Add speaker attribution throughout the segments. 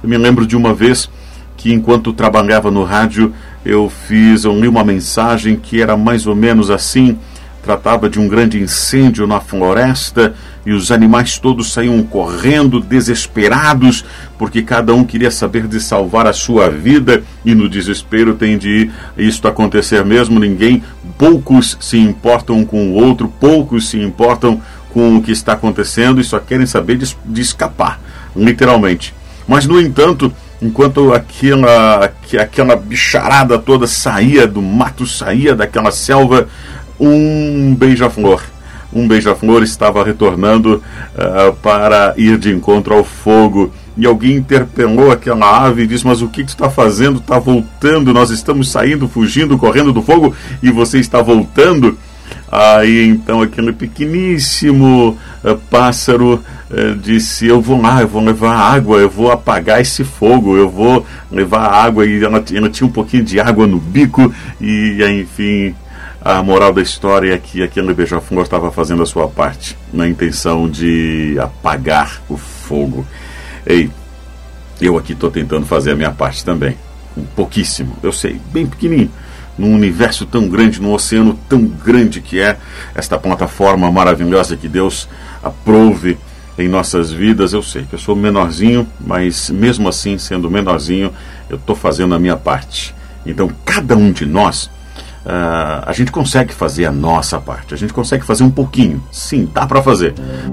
Speaker 1: Eu me lembro de uma vez que, enquanto trabalhava no rádio, eu li uma mensagem que era mais ou menos assim. Tratava de um grande incêndio na floresta e os animais todos saíam correndo, desesperados, porque cada um queria saber de salvar a sua vida, e no desespero tem de isto acontecer mesmo. Poucos se importam com o outro, poucos se importam com o que está acontecendo e só querem saber de escapar, literalmente. Mas, no entanto, enquanto aquela bicharada toda saía do mato, saía daquela selva, um beija-flor estava retornando para ir de encontro ao fogo. E alguém interpelou aquela ave e disse: mas o que tu está fazendo? Está voltando, nós estamos saindo, fugindo, correndo do fogo, e você está voltando? Aí então aquele pequeníssimo pássaro disse: eu vou lá, eu vou levar água, eu vou apagar esse fogo, eu vou levar água. E ela tinha um pouquinho de água no bico, e enfim, a moral da história é que aquele beija-flor estava fazendo a sua parte, na intenção de apagar o fogo. Ei, eu aqui estou tentando fazer a minha parte também, um pouquíssimo, eu sei, bem pequenininho, num universo tão grande, num oceano tão grande que é esta plataforma maravilhosa que Deus aprove em nossas vidas. Eu sei que eu sou menorzinho, mas mesmo assim, sendo menorzinho, eu estou fazendo a minha parte. Então, cada um de nós, a gente consegue fazer a nossa parte, a gente consegue fazer um pouquinho, sim, dá para fazer.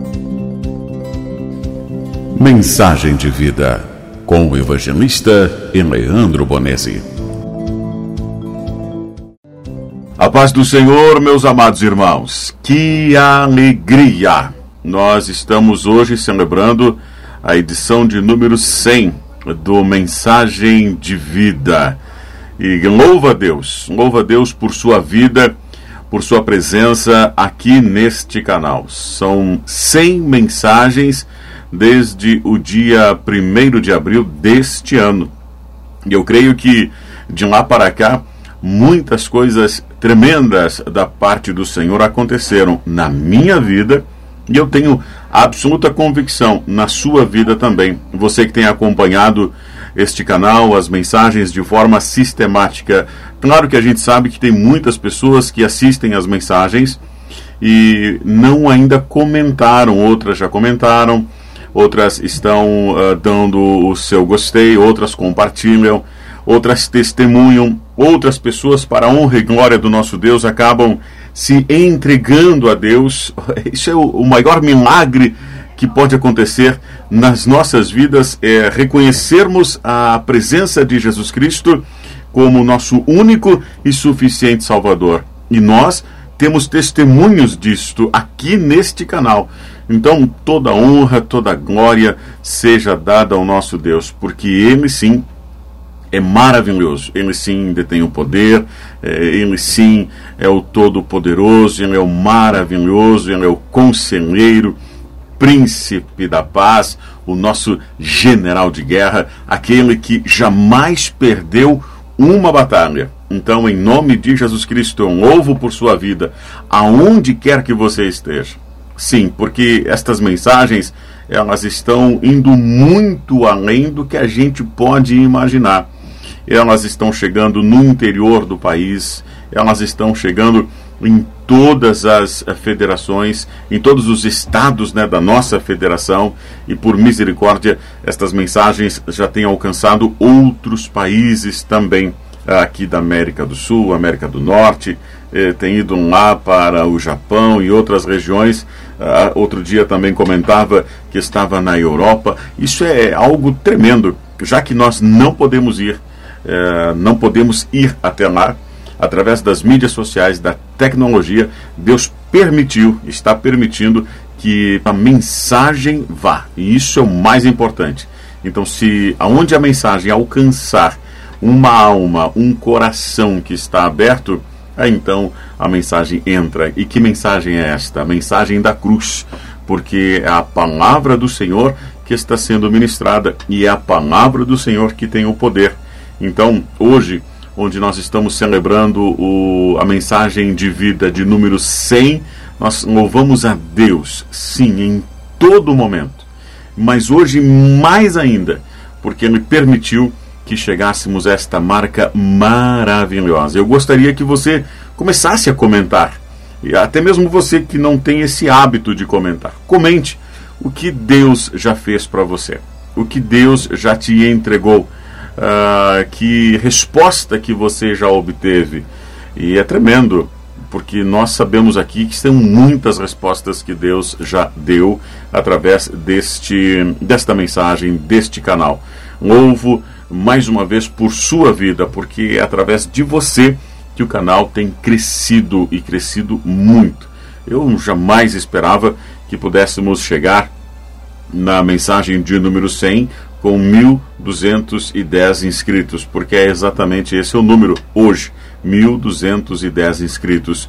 Speaker 2: Mensagem de Vida, com o evangelista Eleandro Bonesi.
Speaker 1: A paz do Senhor, meus amados irmãos, que alegria! Nós estamos hoje celebrando a edição de número 100 do Mensagem de Vida. E louva a Deus por sua vida, por sua presença aqui neste canal. São 100 mensagens desde o dia 1º de abril deste ano. E eu creio que de lá para cá, muitas coisas tremendas da parte do Senhor aconteceram na minha vida, e eu tenho absoluta convicção na sua vida também. Você que tem acompanhado este canal, as mensagens de forma sistemática. Claro que a gente sabe que tem muitas pessoas que assistem as mensagens e não ainda comentaram, outras já comentaram, outras estão dando o seu gostei, outras compartilham, outras testemunham, outras pessoas, para a honra e glória do nosso Deus, acabam se entregando a Deus. Isso é o maior milagre que pode acontecer nas nossas vidas, é reconhecermos a presença de Jesus Cristo como nosso único e suficiente Salvador. E nós temos testemunhos disto aqui neste canal. Então, toda honra, toda glória seja dada ao nosso Deus, porque Ele sim é maravilhoso, Ele sim detém o poder, Ele sim é o Todo-Poderoso, Ele é o maravilhoso, Ele é o conselheiro, príncipe da paz, o nosso general de guerra, aquele que jamais perdeu uma batalha. Então, em nome de Jesus Cristo, eu louvo por sua vida, aonde quer que você esteja. Sim, porque estas mensagens, elas estão indo muito além do que a gente pode imaginar. Elas estão chegando no interior do país, elas estão chegando em todas as federações, em todos os estados, da nossa federação, e por misericórdia, estas mensagens já têm alcançado outros países também, aqui da América do Sul, América do Norte, tem ido lá para o Japão e outras regiões. Outro dia também comentava que estava na Europa. Isso é algo tremendo, já que nós não podemos ir até lá. Através das mídias sociais, da tecnologia, Deus está permitindo que a mensagem vá, e isso é o mais importante. Então, se aonde a mensagem alcançar uma alma, um coração que está aberto, aí então a mensagem entra. E que mensagem é esta? A mensagem da cruz, porque é a palavra do Senhor que está sendo ministrada, e é a palavra do Senhor que tem o poder. Então, hoje, onde nós estamos celebrando a mensagem de vida de número 100, nós louvamos a Deus, sim, em todo momento. Mas hoje, mais ainda, porque Ele permitiu que chegássemos a esta marca maravilhosa. Eu gostaria que você começasse a comentar, e até mesmo você que não tem esse hábito de comentar. Comente o que Deus já fez para você, o que Deus já te entregou, que resposta que você já obteve. E é tremendo, porque nós sabemos aqui que são muitas respostas que Deus já deu através desta mensagem, deste canal. Louvo mais uma vez por sua vida, porque é através de você que o canal tem crescido, e crescido muito. Eu jamais esperava que pudéssemos chegar na mensagem de número 100 com 1.210 inscritos, porque é exatamente esse o número hoje, 1.210 inscritos,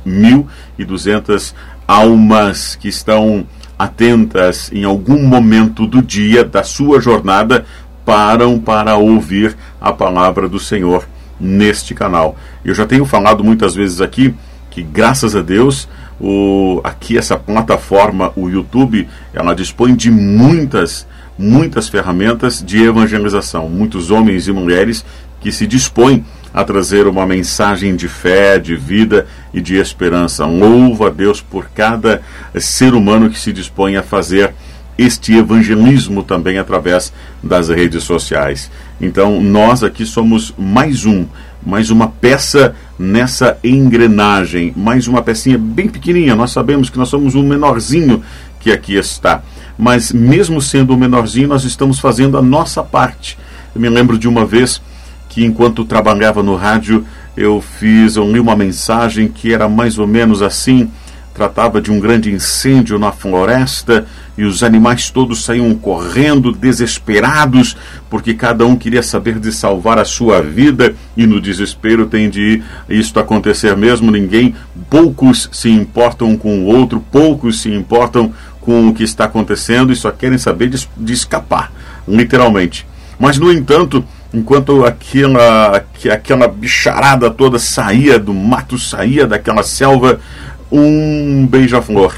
Speaker 1: 1.200 almas que estão atentas em algum momento do dia, da sua jornada, param para ouvir a palavra do Senhor neste canal. Eu já tenho falado muitas vezes aqui que, graças a Deus, aqui essa plataforma, o YouTube, ela dispõe de muitas ferramentas de evangelização, muitos homens e mulheres que se dispõem a trazer uma mensagem de fé, de vida e de esperança. Louvo a Deus por cada ser humano que se dispõe a fazer este evangelismo também através das redes sociais. Então, nós aqui somos mais uma peça nessa engrenagem, mais uma pecinha bem pequenininha. Nós sabemos que nós somos um menorzinho que aqui está, mas mesmo sendo um menorzinho, nós estamos fazendo a nossa parte. Eu me lembro de uma vez que, enquanto trabalhava no rádio, eu li uma mensagem que era mais ou menos assim. Tratava de um grande incêndio na floresta e os animais todos saíam correndo, desesperados, porque cada um queria saber de salvar a sua vida, e no desespero tem de isto acontecer mesmo. Poucos se importam com o outro, poucos se importam com o que está acontecendo e só querem saber de escapar, literalmente. Mas, no entanto, enquanto aquela bicharada toda saía do mato, saía daquela selva, um beija-flor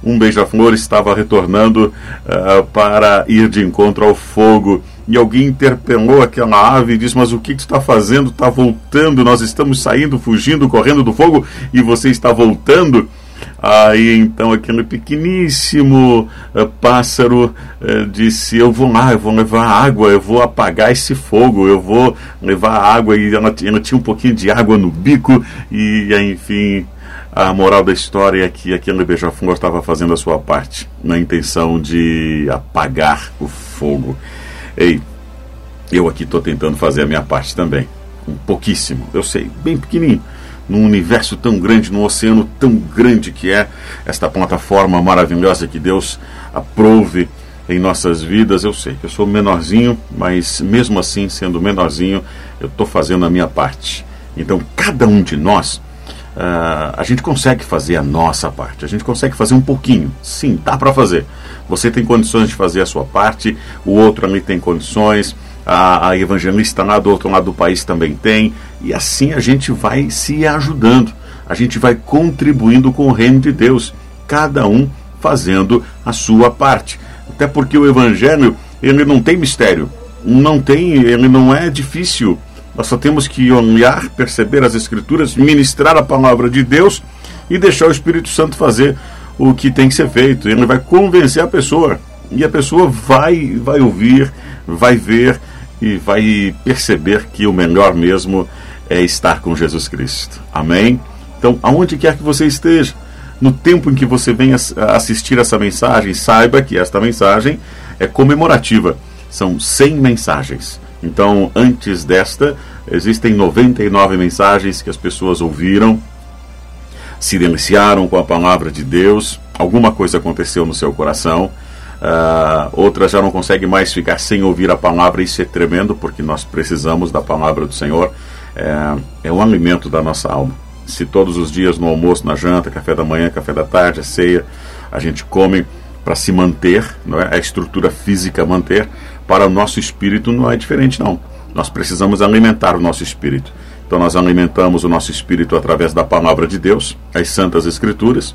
Speaker 1: estava retornando para ir de encontro ao fogo. E alguém interpelou aquela ave e disse: mas o que tu está fazendo? Está voltando, nós estamos saindo, fugindo, correndo do fogo, e você está voltando? Aí então aquele pequeníssimo pássaro disse: eu vou levar água, eu vou apagar esse fogo, eu vou levar água. E ela tinha um pouquinho de água no bico, e enfim, a moral da história é que aquele beija-flor estava fazendo a sua parte, na intenção de apagar o fogo. Ei, eu aqui estou tentando fazer a minha parte também, um pouquíssimo, eu sei, bem pequenininho, num universo tão grande, num oceano tão grande que é esta plataforma maravilhosa que Deus aprove em nossas vidas. Eu sei que eu sou menorzinho, mas mesmo assim, sendo menorzinho, eu estou fazendo a minha parte. Então, cada um de nós, a gente consegue fazer a nossa parte, a gente consegue fazer um pouquinho, sim, dá para fazer. Você tem condições de fazer a sua parte, o outro ali tem condições, a evangelista lá do outro lado do país também tem, e assim a gente vai se ajudando, a gente vai contribuindo com o reino de Deus, cada um fazendo a sua parte. Até porque o evangelho, ele não tem mistério, ele não é difícil. Nós só temos que olhar, perceber as Escrituras, ministrar a palavra de Deus e deixar o Espírito Santo fazer o que tem que ser feito. Ele vai convencer a pessoa, e a pessoa vai ouvir, vai ver e vai perceber que o melhor mesmo é estar com Jesus Cristo. Amém? Então, aonde quer que você esteja, no tempo em que você venha assistir essa mensagem, saiba que esta mensagem é comemorativa. São 100 mensagens. Então, antes desta, existem 99 mensagens que as pessoas ouviram, se deliciaram com a palavra de Deus, alguma coisa aconteceu no seu coração, outras já não conseguem mais ficar sem ouvir a palavra. Isso é tremendo, porque nós precisamos da palavra do Senhor, é um alimento da nossa alma. Se todos os dias, no almoço, na janta, café da manhã, café da tarde, a ceia, a gente come para se manter, não é? A estrutura física manter, para o nosso espírito não é diferente, não. Nós precisamos alimentar o nosso espírito. Então nós alimentamos o nosso espírito através da palavra de Deus, as Santas Escrituras,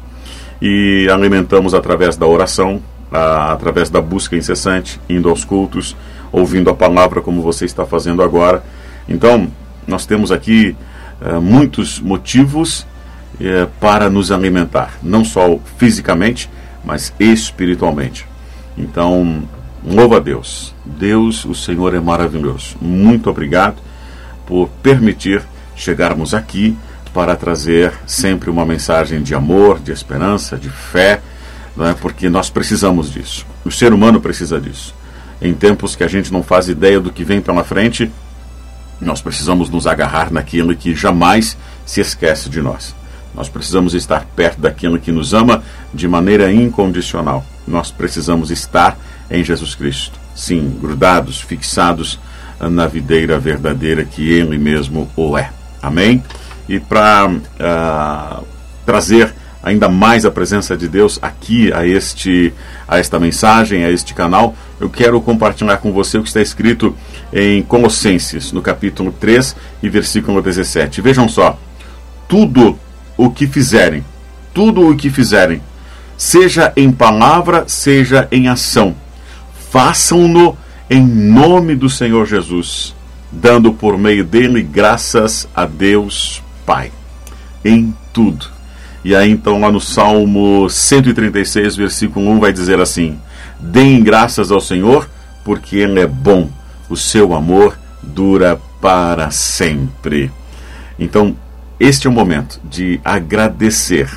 Speaker 1: e alimentamos através da oração, através da busca incessante, indo aos cultos, ouvindo a palavra como você está fazendo agora. Então, nós temos aqui muitos motivos para nos alimentar, não só fisicamente, mas espiritualmente. Então, louva a Deus. Deus, o Senhor é maravilhoso. Muito obrigado por permitir chegarmos aqui para trazer sempre uma mensagem de amor, de esperança, de fé, não é? Porque nós precisamos disso. O ser humano precisa disso. Em tempos que a gente não faz ideia do que vem pela frente, nós precisamos nos agarrar naquilo que jamais se esquece de nós. Nós precisamos estar perto daquilo que nos ama de maneira incondicional. Nós precisamos estar em Jesus Cristo. Sim, grudados, fixados na videira verdadeira que Ele mesmo o é. Amém? E para trazer ainda mais a presença de Deus aqui a esta mensagem, a este canal, eu quero compartilhar com você o que está escrito em Colossenses, no capítulo 3 e versículo 17. Vejam só: tudo o que fizerem, seja em palavra, seja em ação, façam-no em nome do Senhor Jesus, dando por meio dele graças a Deus Pai. Em tudo. E aí então lá no Salmo 136, versículo 1 vai dizer assim: deem graças ao Senhor, porque Ele é bom, o seu amor dura para sempre. Então, este é o momento de agradecer.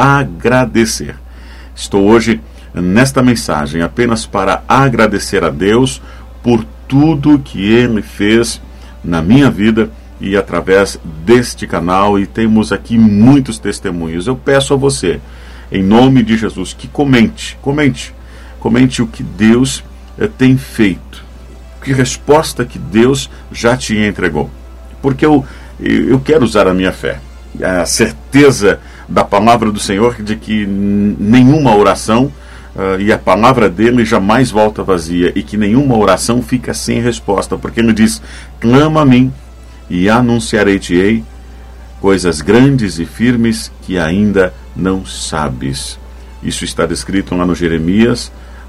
Speaker 1: Estou hoje nesta mensagem apenas para agradecer a Deus por tudo que Ele fez na minha vida e através deste canal, e temos aqui muitos testemunhos. Eu peço a você, em nome de Jesus, que comente o que Deus tem feito, que resposta que Deus já te entregou, porque eu quero usar a minha fé, a certeza da palavra do Senhor, de que nenhuma oração e a palavra dele jamais volta vazia, e que nenhuma oração fica sem resposta, porque ele diz: clama a mim e anunciarei-te-ei coisas grandes e firmes que ainda não sabes. Isso está descrito lá no Jeremias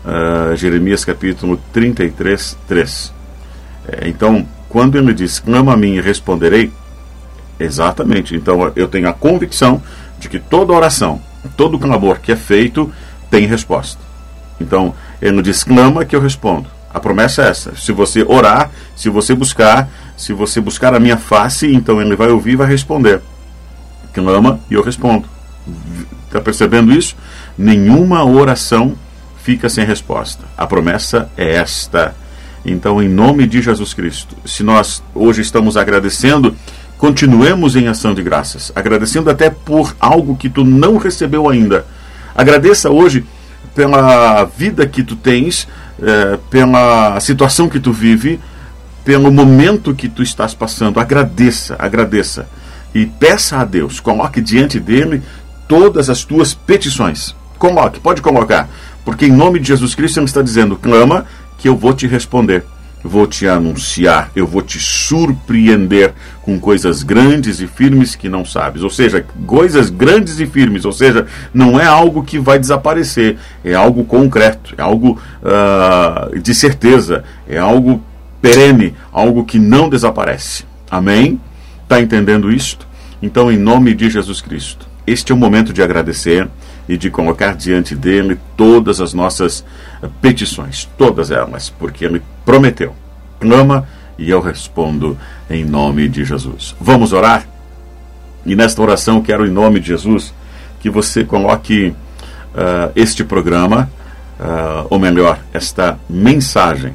Speaker 1: capítulo 33, 3. Então, quando ele diz: clama a mim e responderei, exatamente, então eu tenho a convicção de que toda oração, todo clamor que é feito tem resposta. Então, ele diz: clama que eu respondo. A promessa é essa: se você orar, se você buscar a minha face, então ele vai ouvir e vai responder. Clama e eu respondo. Está percebendo isso? Nenhuma oração fica sem resposta. A promessa é esta. Então, em nome de Jesus Cristo, se nós hoje estamos agradecendo, continuemos em ação de graças, agradecendo até por algo que tu não recebeu ainda. Agradeça hoje pela vida que tu tens, pela situação que tu vive, pelo momento que tu estás passando. Agradeça. E peça a Deus, coloque diante dele todas as tuas petições. Pode colocar, porque em nome de Jesus Cristo ele está dizendo: clama que eu vou te responder. Vou te anunciar, eu vou te surpreender com coisas grandes e firmes que não sabes. Ou seja, coisas grandes e firmes, ou seja, não é algo que vai desaparecer, é algo concreto, é algo de certeza, é algo perene, algo que não desaparece. Amém? Está entendendo isto? Então, em nome de Jesus Cristo, este é o momento de agradecer e de colocar diante dele todas as nossas petições, todas elas, porque ele prometeu: clama e eu respondo em nome de Jesus. Vamos orar? E nesta oração quero, em nome de Jesus, que você coloque este programa, ou melhor, esta mensagem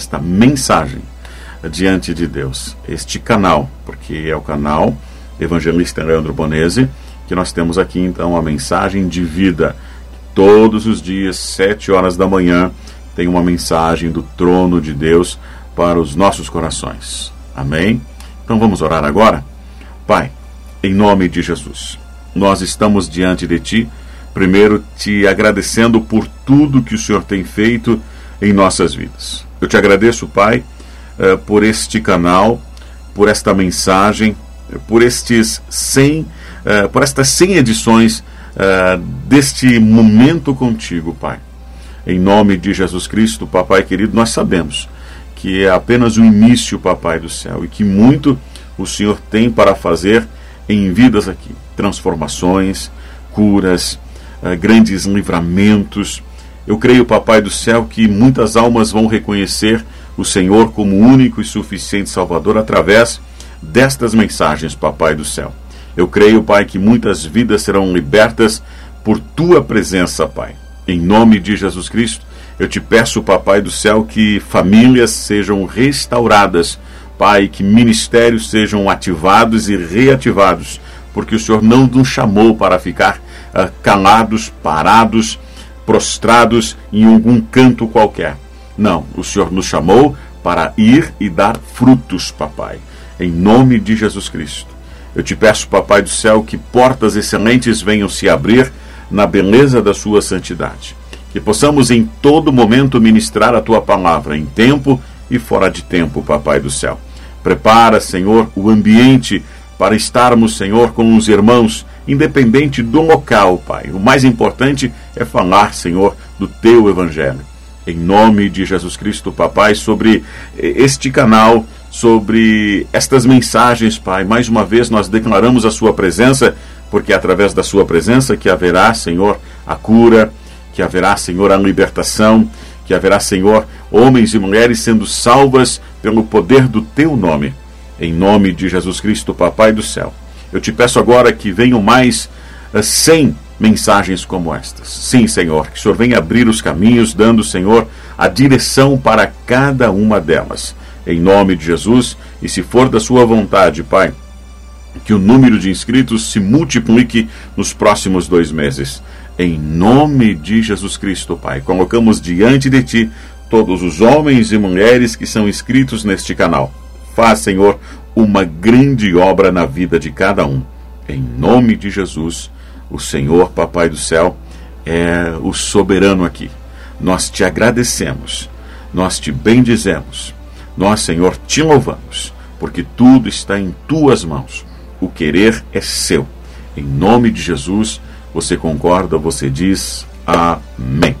Speaker 1: diante de Deus, este canal, porque é o canal Evangelista Leandro Bonesi, que nós temos aqui então a mensagem de vida. Todos os dias, 7 horas da manhã, tem uma mensagem do trono de Deus para os nossos corações. Amém? Então vamos orar agora? Pai, em nome de Jesus, nós estamos diante de Ti, primeiro te agradecendo por tudo que o Senhor tem feito em nossas vidas. Eu te agradeço, Pai, por este canal, por esta mensagem, por estas 100 edições deste momento contigo, Pai. Em nome de Jesus Cristo, Papai querido, nós sabemos que é apenas o início, Papai do céu, e que muito o Senhor tem para fazer em vidas aqui. Transformações, curas, grandes livramentos. Eu creio, Papai do céu, que muitas almas vão reconhecer o Senhor como único e suficiente Salvador através destas mensagens, Papai do céu. Eu creio, Pai, que muitas vidas serão libertas por Tua presença, Pai. Em nome de Jesus Cristo, eu te peço, Papai do céu, que famílias sejam restauradas, Pai, que ministérios sejam ativados e reativados, porque o Senhor não nos chamou para ficar calados, parados, prostrados em algum canto qualquer. Não, o Senhor nos chamou para ir e dar frutos, Papai, em nome de Jesus Cristo. Eu te peço, Papai do céu, que portas excelentes venham se abrir na beleza da sua santidade. Que possamos em todo momento ministrar a Tua palavra, em tempo e fora de tempo, Papai do céu. Prepara, Senhor, o ambiente para estarmos, Senhor, com os irmãos, independente do local, Pai. O mais importante é falar, Senhor, do Teu Evangelho. Em nome de Jesus Cristo, Papai, sobre este canal, sobre estas mensagens, Pai, mais uma vez nós declaramos a Sua presença, porque é através da Sua presença que haverá, Senhor, a cura, que haverá, Senhor, a libertação, que haverá, Senhor, homens e mulheres sendo salvas pelo poder do Teu nome. Em nome de Jesus Cristo, Papai do céu. Eu te peço agora que venham mais 100 mensagens como estas. Sim, Senhor, que o Senhor venha abrir os caminhos, dando, Senhor, a direção para cada uma delas. Em nome de Jesus, e se for da Sua vontade, Pai, que o número de inscritos se multiplique nos próximos 2 meses. Em nome de Jesus Cristo, Pai, colocamos diante de Ti todos os homens e mulheres que são inscritos neste canal. Faz, Senhor, uma grande obra na vida de cada um. Em nome de Jesus, o Senhor, Papai do céu, é o soberano aqui. Nós Te agradecemos, nós Te bendizemos, nós, Senhor, Te louvamos, porque tudo está em Tuas mãos. O querer é Seu. Em nome de Jesus, você concorda, você diz amém.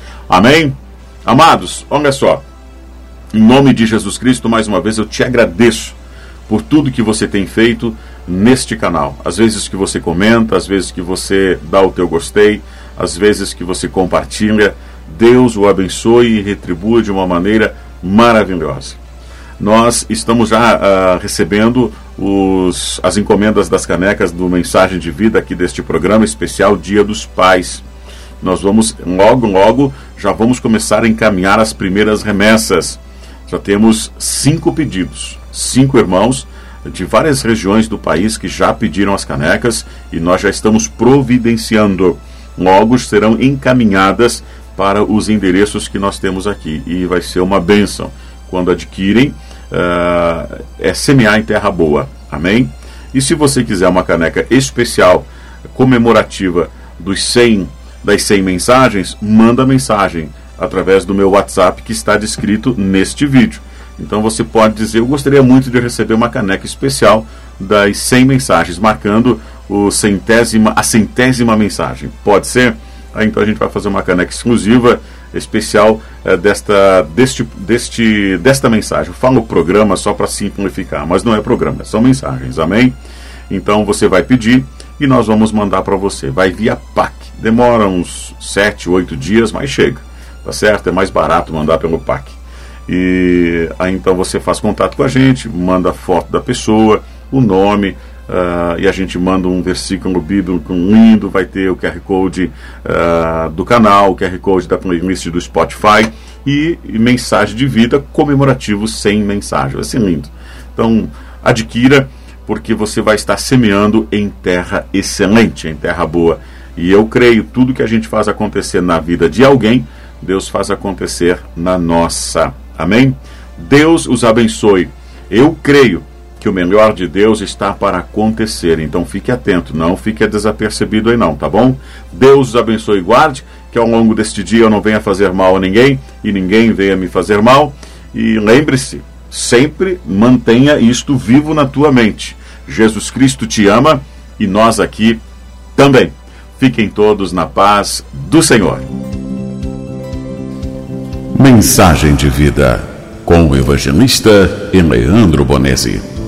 Speaker 1: Amém? Amados, olha só. Em nome de Jesus Cristo, mais uma vez eu te agradeço por tudo que você tem feito neste canal. Às vezes que você comenta, às vezes que você dá o teu gostei, às vezes que você compartilha. Deus o abençoe e retribua de uma maneira maravilhosa. Nós estamos já recebendo as encomendas das canecas do Mensagem de Vida aqui deste programa especial Dia dos Pais. Nós vamos, logo, já vamos começar a encaminhar as primeiras remessas. Já temos 5 pedidos, 5 irmãos de várias regiões do país que já pediram as canecas e nós já estamos providenciando. Logo serão encaminhadas para os endereços que nós temos aqui e vai ser uma bênção. Quando adquirem, é semear em terra boa. Amém? E se você quiser uma caneca especial, comemorativa das 100 mensagens, manda mensagem através do meu WhatsApp que está descrito neste vídeo. Então você pode dizer, eu gostaria muito de receber uma caneca especial das 100 mensagens, marcando a centésima mensagem. Pode ser? Então a gente vai fazer uma caneca exclusiva, especial desta mensagem. Eu falo programa só para simplificar, mas não é programa, são mensagens, amém? Então você vai pedir e nós vamos mandar para você. Vai via PAC, demora uns 7, 8 dias, mas chega, tá certo? É mais barato mandar pelo PAC. E aí então você faz contato com a gente, manda foto da pessoa, o nome, e a gente manda um versículo bíblico lindo, vai ter o QR Code do canal, o QR Code da playlist do Spotify e mensagem de vida comemorativo 100 mensagens. Vai ser lindo. Então adquira, porque você vai estar semeando em terra excelente, em terra boa. E eu creio, tudo que a gente faz acontecer na vida de alguém, Deus faz acontecer na nossa. Amém? Deus os abençoe. Eu creio que o melhor de Deus está para acontecer. Então fique atento, não fique desapercebido aí não, tá bom? Deus os abençoe e guarde, que ao longo deste dia eu não venha fazer mal a ninguém, e ninguém venha me fazer mal. E lembre-se, sempre mantenha isto vivo na tua mente. Jesus Cristo te ama e nós aqui também. Fiquem todos na paz do Senhor.
Speaker 2: Mensagem de Vida, com o evangelista Eleandro Bonesi.